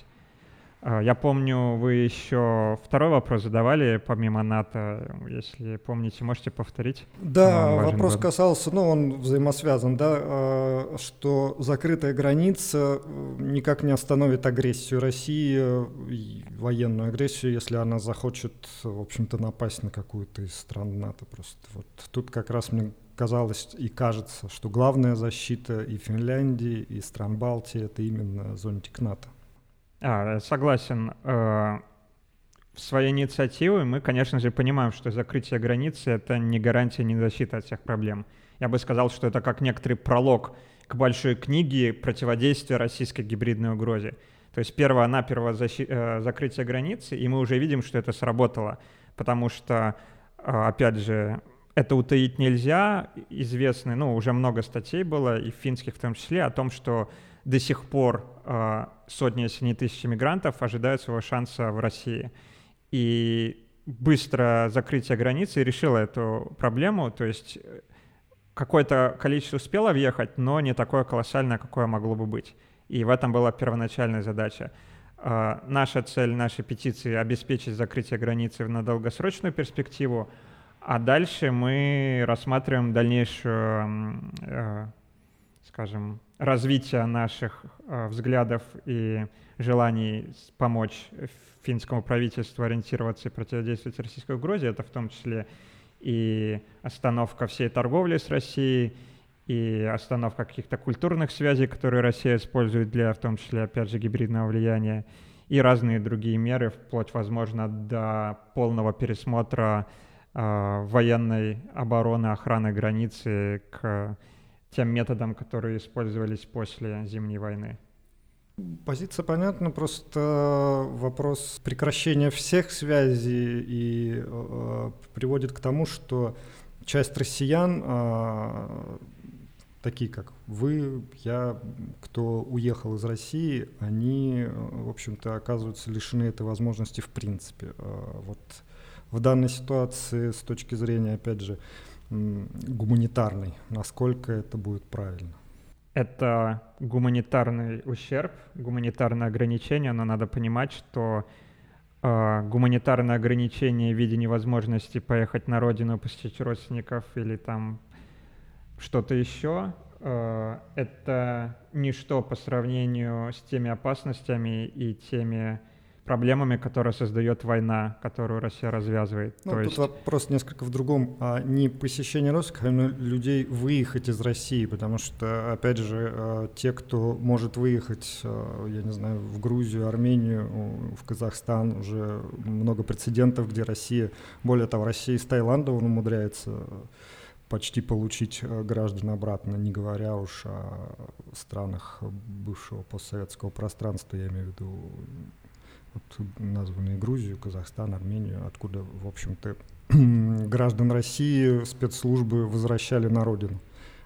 [SPEAKER 3] Я помню, вы еще второй вопрос задавали, помимо НАТО, если помните, можете повторить?
[SPEAKER 1] Да, вопрос касался, он взаимосвязан, да, что закрытая граница никак не остановит агрессию России, военную агрессию, если она захочет, в общем-то, напасть на какую-то из стран НАТО. Просто вот тут как раз мне казалось и кажется, что главная защита и Финляндии, и стран Балтии — это именно зонтик НАТО.
[SPEAKER 3] Согласен. В своей инициативе мы, конечно же, понимаем, что закрытие границы — это не гарантия, не защита от всех проблем. Я бы сказал, что это как некоторый пролог к большой книге противодействия российской гибридной угрозе. То есть перво-наперво закрытие границы, и мы уже видим, что это сработало, потому что, опять же, это утаить нельзя. Известны, уже много статей было, и финских в том числе, о том, что до сих пор сотни, если не тысячи мигрантов ожидают своего шанса в России. И быстро закрытие границы решило эту проблему, то есть какое-то количество успело въехать, но не такое колоссальное, какое могло бы быть. И в этом была первоначальная задача. Наша цель нашей петиции — обеспечить закрытие границы на долгосрочную перспективу, а дальше мы рассматриваем дальнейшую, скажем, развитие наших взглядов и желаний помочь финскому правительству ориентироваться и противодействовать российской угрозе. Это в том числе и остановка всей торговли с Россией, и остановка каких-то культурных связей, которые Россия использует для, в том числе, опять же, гибридного влияния, и разные другие меры, вплоть, возможно, до полного пересмотра военной обороны, охраны границы к тем методам, которые использовались после Зимней войны.
[SPEAKER 1] Позиция понятна, просто вопрос прекращения всех связей и приводит к тому, что часть россиян, такие как вы, я, кто уехал из России, они, в общем-то, оказываются лишены этой возможности в принципе. Вот в данной ситуации, с точки зрения, опять же, гуманитарной, насколько это будет правильно?
[SPEAKER 3] Это гуманитарный ущерб, гуманитарное ограничение, но надо понимать, что гуманитарное ограничение в виде невозможности поехать на родину, посетить родственников или там что-то еще, это ничто по сравнению с теми опасностями и теми проблемами, которые создает война, которую Россия развязывает.
[SPEAKER 1] Ну, тут вопрос несколько в другом. Не посещение родственников, а людей выехать из России, потому что, опять же, те, кто может выехать, я не знаю, в Грузию, Армению, в Казахстан, уже много прецедентов, где Россия, более того, Россия с Таиланда умудряется почти получить граждан обратно, не говоря уж о странах бывшего постсоветского пространства, я имею в виду названные Грузию, Казахстан, Армению, откуда, в общем-то, граждан России спецслужбы возвращали на родину.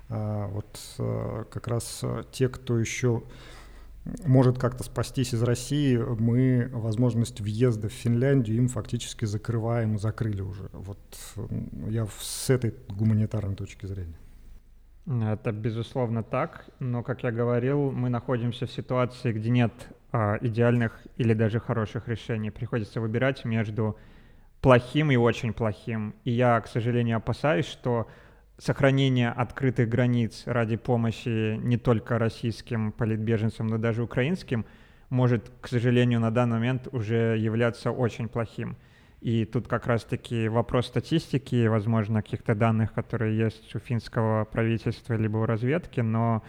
[SPEAKER 1] Как раз те, кто еще может как-то спастись из России, мы возможность въезда в Финляндию им фактически закрываем и закрыли уже. Я с этой гуманитарной точки зрения.
[SPEAKER 3] Это безусловно так, но, как я говорил, мы находимся в ситуации, где нет идеальных или даже хороших решений. Приходится выбирать между плохим и очень плохим. И я, к сожалению, опасаюсь, что сохранение открытых границ ради помощи не только российским политбеженцам, но даже украинским может, к сожалению, на данный момент уже являться очень плохим. И тут как раз-таки вопрос статистики, возможно, каких-то данных, которые есть у финского правительства либо у разведки, но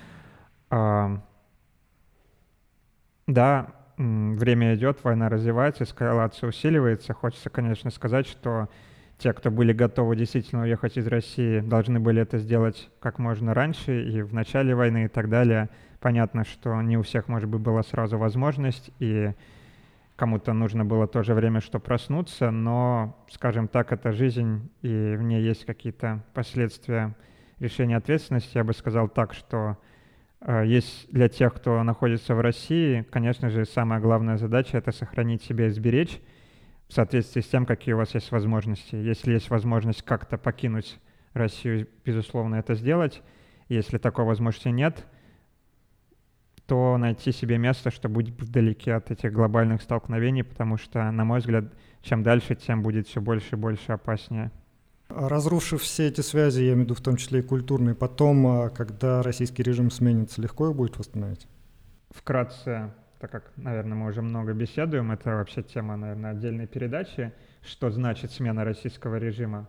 [SPEAKER 3] да, время идет, война развивается, эскалация усиливается. Хочется, конечно, сказать, что те, кто были готовы действительно уехать из России, должны были это сделать как можно раньше и в начале войны и так далее. Понятно, что не у всех, может быть, была сразу возможность, и кому-то нужно было тоже время, чтобы проснуться, но, скажем так, это жизнь, и в ней есть какие-то последствия решения ответственности. Я бы сказал так, что есть для тех, кто находится в России, конечно же, самая главная задача — это сохранить себя и сберечь в соответствии с тем, какие у вас есть возможности. Если есть возможность как-то покинуть Россию, безусловно, это сделать. Если такой возможности нет, то найти себе место, чтобы быть вдалеке от этих глобальных столкновений, потому что, на мой взгляд, чем дальше, тем будет все больше и больше опаснее.
[SPEAKER 1] Разрушив все эти связи, я имею в виду в том числе и культурные, потом, когда российский режим сменится, легко его будет восстановить?
[SPEAKER 3] Вкратце, так как, наверное, мы уже много беседуем, это вообще тема, наверное, отдельной передачи, что значит смена российского режима.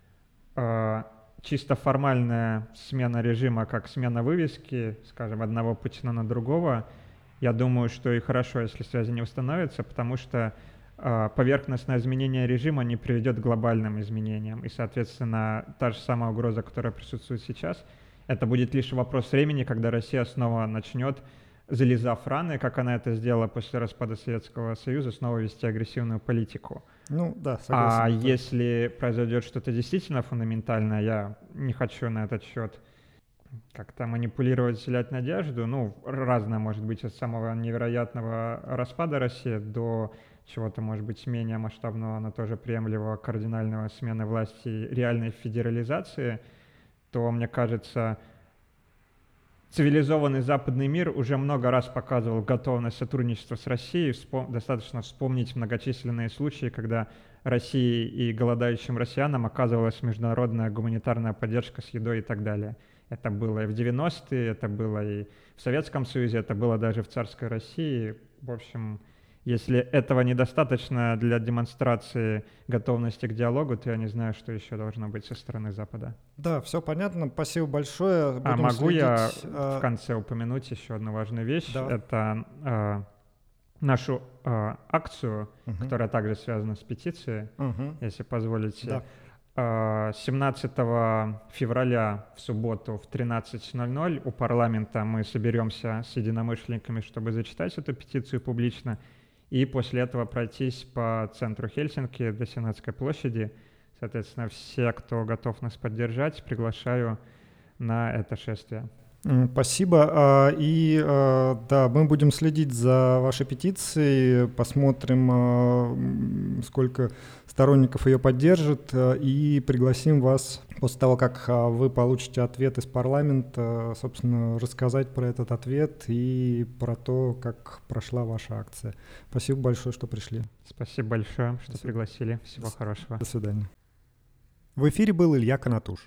[SPEAKER 3] Чисто формальная смена режима, как смена вывески, скажем, одного Путина на другого, я думаю, что и хорошо, если связи не установятся, потому что поверхностное изменение режима не приведет к глобальным изменениям. И, соответственно, та же самая угроза, которая присутствует сейчас, это будет лишь вопрос времени, когда Россия снова начнет, залезав раны, как она это сделала после распада Советского Союза, снова вести агрессивную политику.
[SPEAKER 1] Ну да, согласен.
[SPEAKER 3] А если произойдет что-то действительно фундаментальное, я не хочу на этот счет как-то манипулировать, вселять надежду. Ну, разное может быть, от самого невероятного распада России до чего-то, может быть, менее масштабного, но тоже приемлемого кардинального смены власти, реальной федерализации, то, мне кажется, цивилизованный западный мир уже много раз показывал готовность сотрудничества с Россией. Достаточно вспомнить многочисленные случаи, когда России и голодающим россиянам оказывалась международная гуманитарная поддержка с едой и так далее. Это было и в 90-е, это было и в Советском Союзе, это было даже в царской России. В общем, если этого недостаточно для демонстрации готовности к диалогу, то я не знаю, что еще должно быть со стороны Запада.
[SPEAKER 1] Да, все понятно. Спасибо большое. Будем
[SPEAKER 3] могу
[SPEAKER 1] следить.
[SPEAKER 3] Я в конце упомянуть еще одну важную вещь?
[SPEAKER 1] Да.
[SPEAKER 3] Это нашу акцию, которая также связана с петицией, если позволите.
[SPEAKER 1] Да.
[SPEAKER 3] 17 февраля в субботу в 13:00 у парламента мы соберемся с единомышленниками, чтобы зачитать эту петицию публично, и после этого пройтись по центру Хельсинки до Сенатской площади. Соответственно, все, кто готов нас поддержать, приглашаю на это шествие.
[SPEAKER 1] Спасибо. Да, мы будем следить за вашей петицией, посмотрим, сколько сторонников ее поддержит, и пригласим вас после того, как вы получите ответ из парламента, собственно, рассказать про этот ответ и про то, как прошла ваша акция. Спасибо большое, что пришли.
[SPEAKER 3] Спасибо большое, что пригласили. Всего хорошего.
[SPEAKER 1] До свидания. В эфире был Илья Канатуш.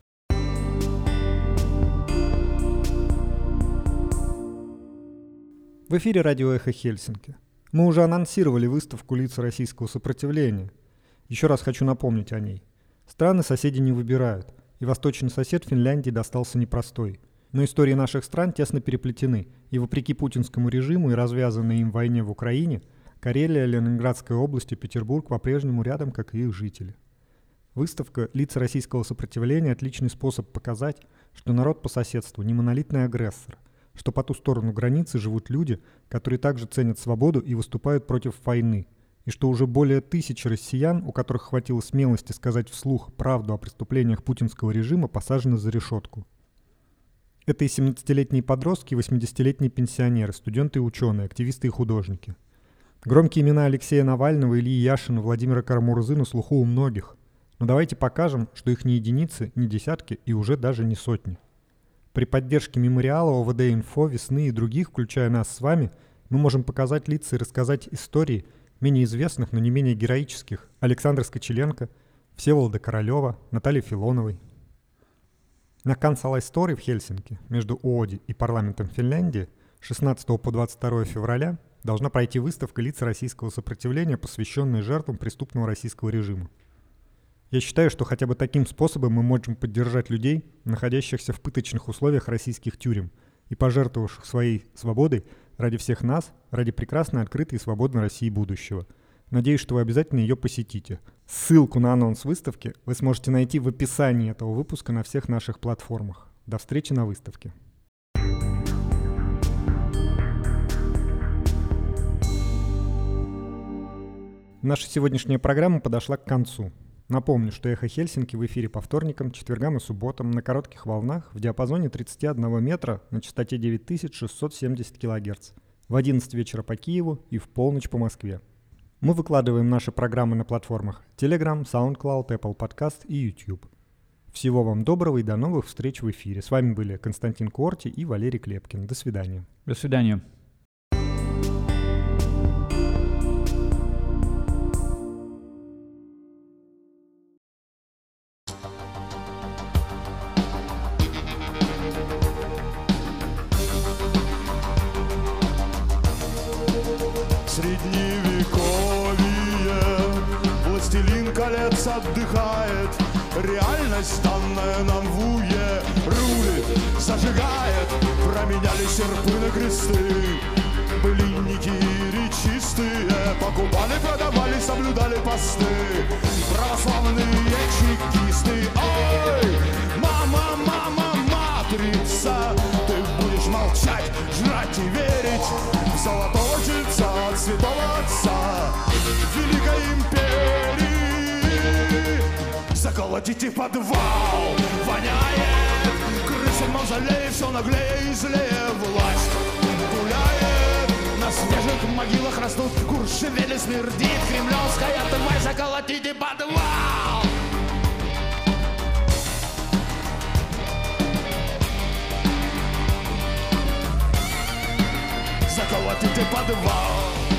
[SPEAKER 1] В эфире радио «Эхо Хельсинки». Мы уже анонсировали выставку лиц российского сопротивления. Еще раз хочу напомнить о ней. Страны соседи не выбирают, и восточный сосед Финляндии достался непростой. Но истории наших стран тесно переплетены, и вопреки путинскому режиму и развязанной им войне в Украине, Карелия, Ленинградская область и Петербург по-прежнему рядом, как и их жители. Выставка «Лица российского сопротивления» – отличный способ показать, что народ по соседству не монолитный агрессор, что по ту сторону границы живут люди, которые также ценят свободу и выступают против войны, и что уже более 1000 россиян, у которых хватило смелости сказать вслух правду о преступлениях путинского режима, посажены за решетку. Это и 17-летние подростки, и 80-летние пенсионеры, студенты и ученые, активисты и художники. Громкие имена Алексея Навального, Ильи Яшина, Владимира Карамурзы на слуху у многих. Но давайте покажем, что их не единицы, не десятки и уже даже не сотни. При поддержке мемориала, ОВД-инфо, Весны и других, включая нас с вами, мы можем показать лица и рассказать истории менее известных, но не менее героических Александра Скочеленко, Всеволода Королева, Натальи Филоновой. На Kansalainen Story в Хельсинки между ООДИ и парламентом Финляндии 16 по 22 февраля должна пройти выставка лиц российского сопротивления, посвященная жертвам преступного российского режима. Я считаю, что хотя бы таким способом мы можем поддержать людей, находящихся в пыточных условиях российских тюрем и пожертвовавших своей свободой ради всех нас, ради прекрасной, открытой и свободной России будущего. Надеюсь, что вы обязательно ее посетите. Ссылку на анонс выставки вы сможете найти в описании этого выпуска на всех наших платформах. До встречи на выставке. Наша сегодняшняя программа подошла к концу. Напомню, что «Эхо Хельсинки» в эфире по вторникам, четвергам и субботам на коротких волнах в диапазоне 31 метра на частоте 9670 кГц, в 11 вечера по Киеву и в полночь по Москве. Мы выкладываем наши программы на платформах Telegram, SoundCloud, Apple Podcast и YouTube. Всего вам доброго и до новых встреч в эфире. С вами были Константин Корти и Валерий Клепкин. До свидания.
[SPEAKER 2] До свидания.
[SPEAKER 4] Отдыхает, реальность, данная нам в уе, рулит, зажигает, променяли серпы на кресты, блинники речистые, покупали, продавали, соблюдали посты, православные чекисты. Ой, мама, мама, матрица, ты будешь молчать, жрать и верить в золотого тельца от святого отца великой империи. Заколотите подвал, воняет, крыши мавзолеев все наглее и злее. Власть гуляет, на свежих могилах растут куршевели, смердит кремлевская тварь. Заколотите подвал. Заколотите подвал.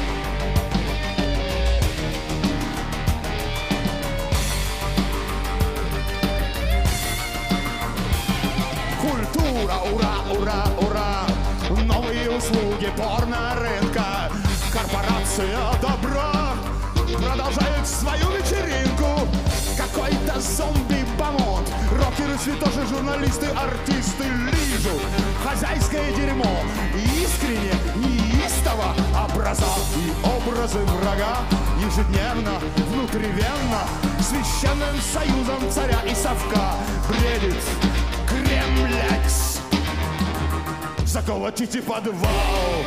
[SPEAKER 4] Ура, ура, ура! Новые услуги порно-рынка. Корпорация добра продолжает свою вечеринку. Какой-то зомби-бомонд. Рокеры, святоши, журналисты, артисты лижут хозяйское дерьмо. Искренне, неистово образа и образы врага ежедневно, внутривенно священным союзом царя и совка бредит Кремлять. Заколотите подвал,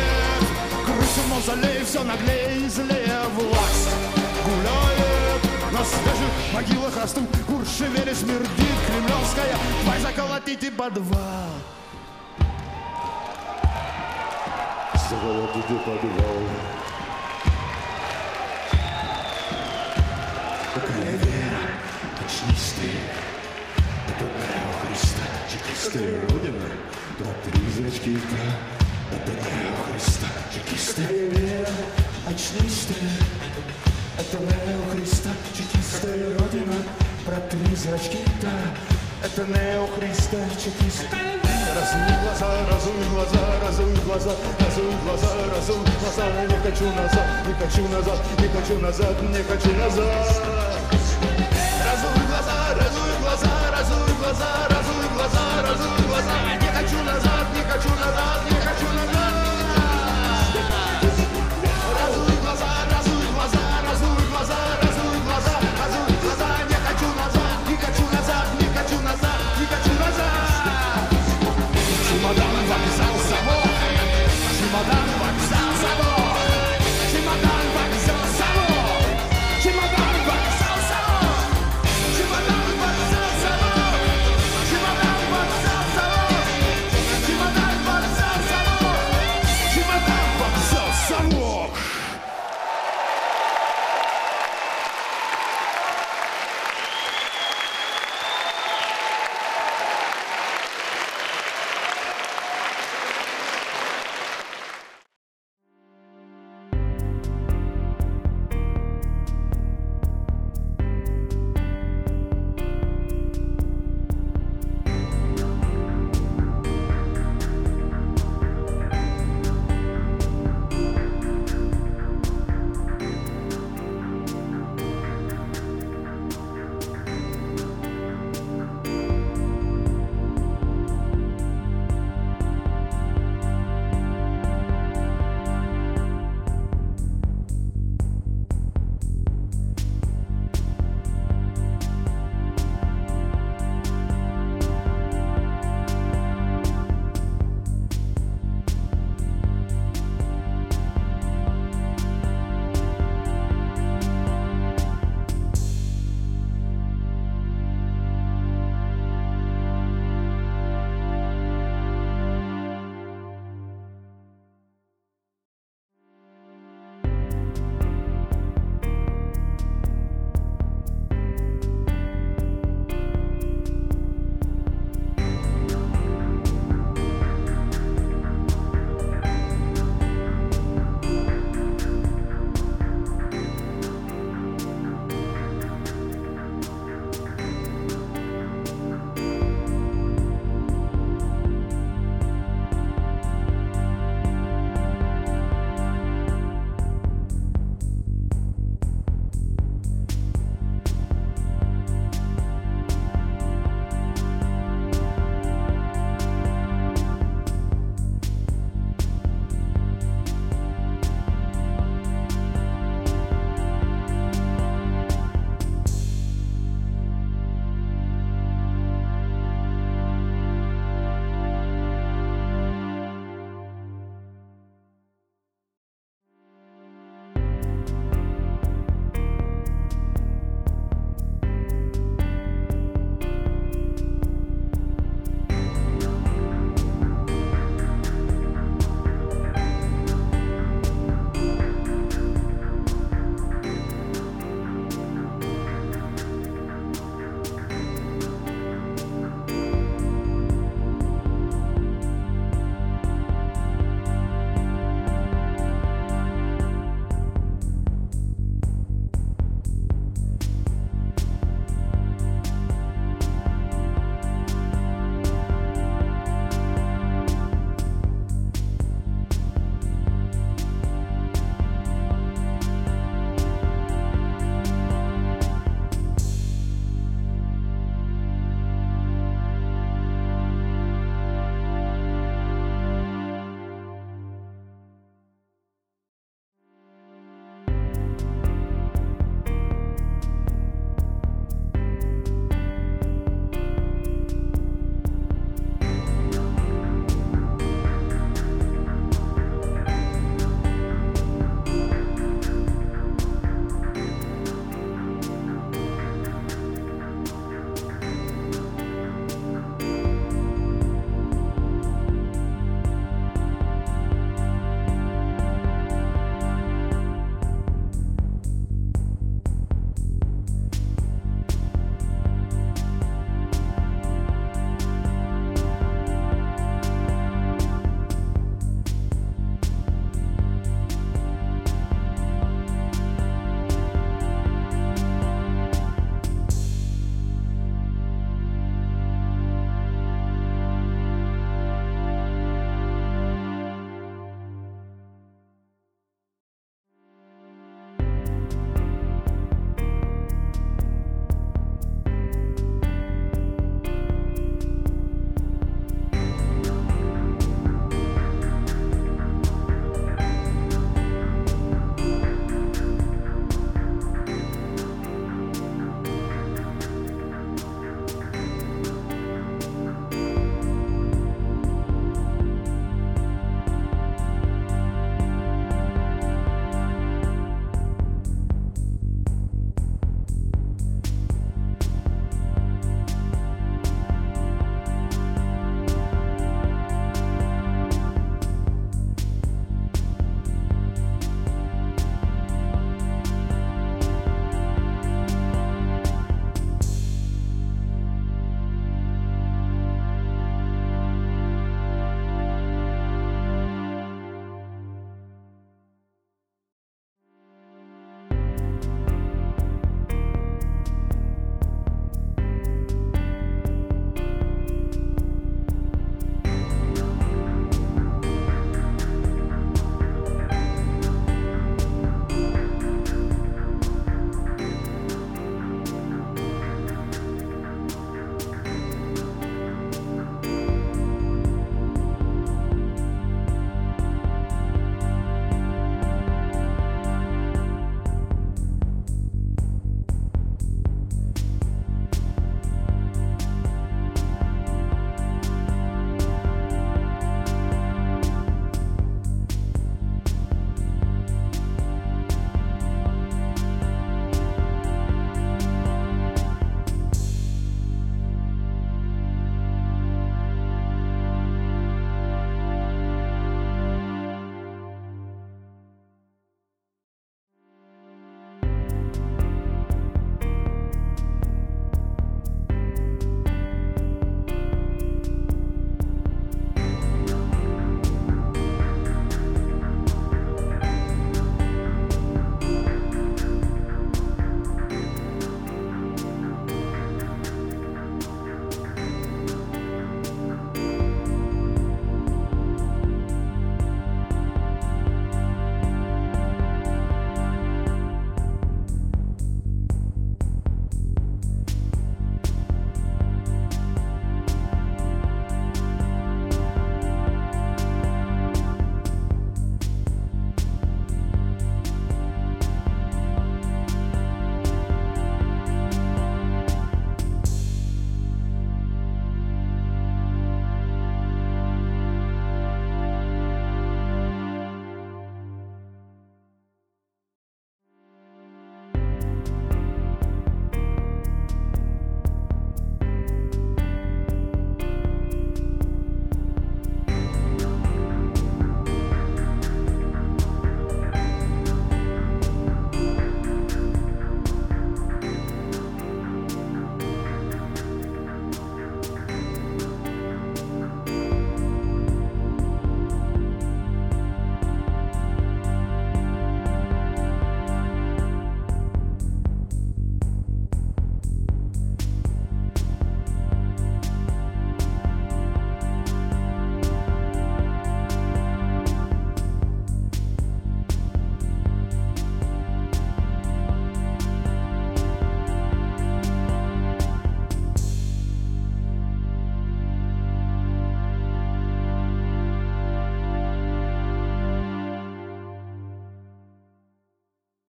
[SPEAKER 4] воняет, крыша мавзолеев все наглее и злее. Власть гуляет, На свежих могилах растут, Куршевели смердит Кремлевская. Давай заколотите подвал. Заколотите подвал. Какая вера, очнись ты. Это Нео Христа, чекистая родина. Про призрачки-то. Это Нео Христа, чекистая вера, очнись ты. Это Нео Христа, чекистая родина. Про призрачки-то. Это Нео Христа, чекистая вера. Разуй глаза, разуй глаза, разуй глаза, разуй глаза, разуй глаза. Не хочу назад, не хочу назад, не хочу назад, не хочу назад.